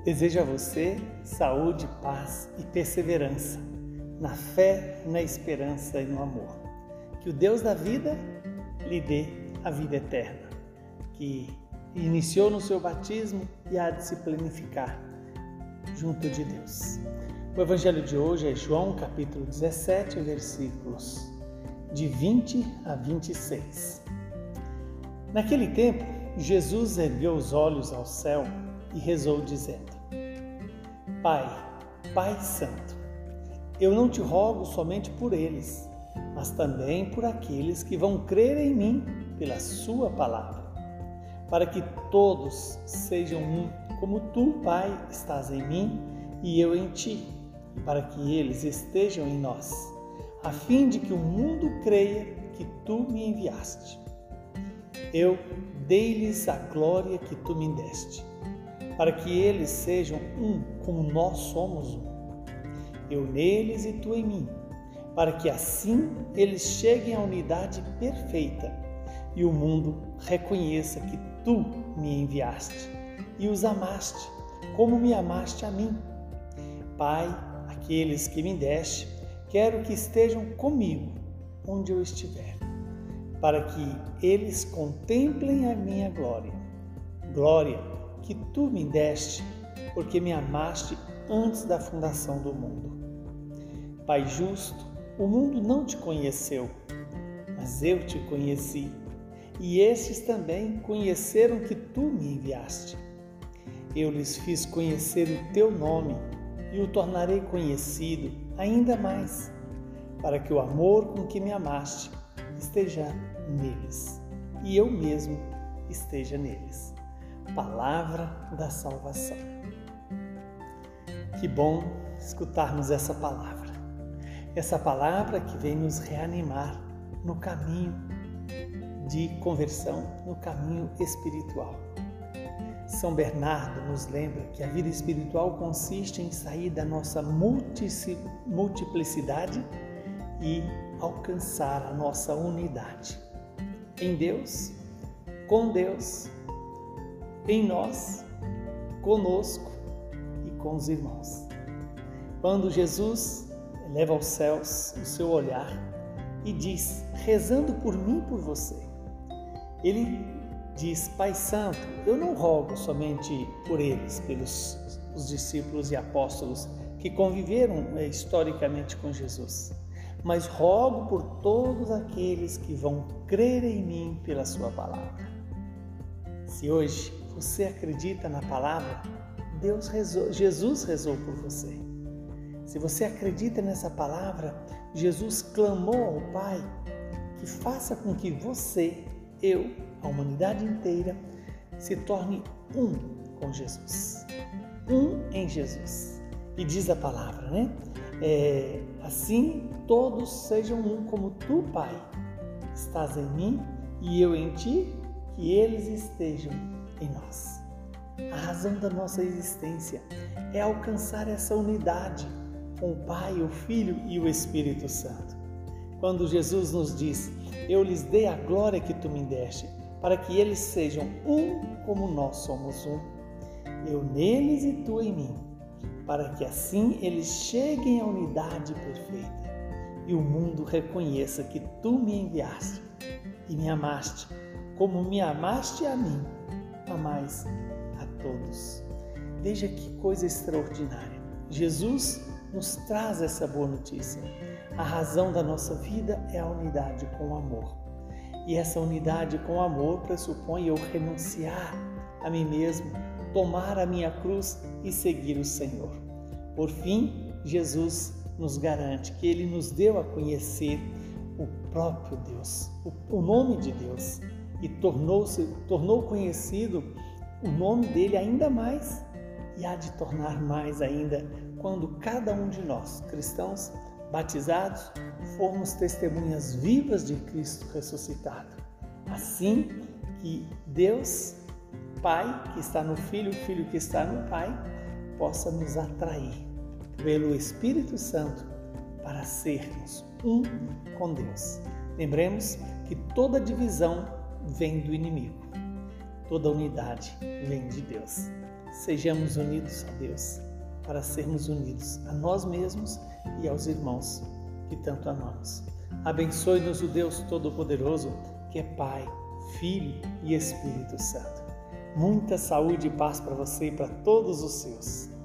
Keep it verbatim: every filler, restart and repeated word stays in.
Desejo a você saúde, paz e perseverança, na fé, na esperança e no amor. Que o Deus da vida lhe dê a vida eterna, que iniciou no seu batismo e há de se planificar junto de Deus. O evangelho de hoje é João capítulo dezessete, versículos de vinte a vinte e seis. Naquele tempo, Jesus ergueu os olhos ao céu e rezou dizendo: Pai, Pai Santo, eu não te rogo somente por eles, mas também por aqueles que vão crer em mim pela sua palavra, para que todos sejam um, como tu, Pai, estás em mim e eu em ti, e para que eles estejam em nós, a fim de que o mundo creia que tu me enviaste. Eu dei-lhes a glória que tu me deste, para que eles sejam um como nós somos um. Eu neles e tu em mim, para que assim eles cheguem à unidade perfeita e o mundo reconheça que tu me enviaste e os amaste, como me amaste a mim. Pai, aqueles que me deste, quero que estejam comigo onde eu estiver, para que eles contemplem a minha glória. Glória que tu me deste, porque me amaste antes da fundação do mundo. Pai justo, o mundo não te conheceu, mas eu te conheci, e estes também conheceram que tu me enviaste. Eu lhes fiz conhecer o teu nome e o tornarei conhecido ainda mais, para que o amor com que me amaste esteja neles, e eu mesmo esteja neles. Palavra da salvação. Que bom escutarmos essa palavra. Essa palavra que vem nos reanimar no caminho de conversão, no caminho espiritual. São Bernardo nos lembra que a vida espiritual consiste em sair da nossa multiplicidade e alcançar a nossa unidade. Em Deus, com Deus, em nós, conosco e com os irmãos. Quando Jesus eleva aos céus o seu olhar e diz, rezando por mim e por você, ele diz: Pai Santo, eu não rogo somente por eles, pelos os discípulos e apóstolos que conviveram é, historicamente com Jesus, mas rogo por todos aqueles que vão crer em mim pela sua palavra. Se hoje você acredita na palavra, Deus rezou, Jesus rezou por você. Se você acredita nessa palavra, Jesus clamou ao Pai que faça com que você, eu, a humanidade inteira, se torne um com Jesus. Um em Jesus. E diz a palavra, né? É, assim todos sejam um como tu, Pai, estás em mim e eu em ti, que eles estejam em nós. A razão da nossa existência é alcançar essa unidade com o Pai, o Filho e o Espírito Santo. Quando Jesus nos diz, eu lhes dei a glória que tu me deste, para que eles sejam um como nós somos um, eu neles e tu em mim, para que assim eles cheguem à unidade perfeita e o mundo reconheça que tu me enviaste e me amaste, como me amaste a mim, amais a todos. Veja que coisa extraordinária. Jesus nos traz essa boa notícia. A razão da nossa vida é a unidade com o amor. E essa unidade com o amor pressupõe eu renunciar a mim mesmo, tomar a minha cruz e seguir o Senhor. Por fim, Jesus nos garante que Ele nos deu a conhecer o próprio Deus, o nome de Deus, e tornou-se, tornou conhecido o nome dele ainda mais e há de tornar mais ainda quando cada um de nós, cristãos batizados, formos testemunhas vivas de Cristo ressuscitado. Assim que Deus, Pai, que está no Filho, o Filho que está no Pai, possa nos atrair pelo Espírito Santo para sermos um com Deus. Lembremos que toda divisão vem do inimigo, toda unidade vem de Deus. sejamos unidos a Deus, para sermos unidos a nós mesmos e aos irmãos que tanto amamos. Abençoe-nos o Deus Todo-Poderoso, que é Pai, Filho e Espírito Santo. Muita saúde e paz para você e para todos os seus.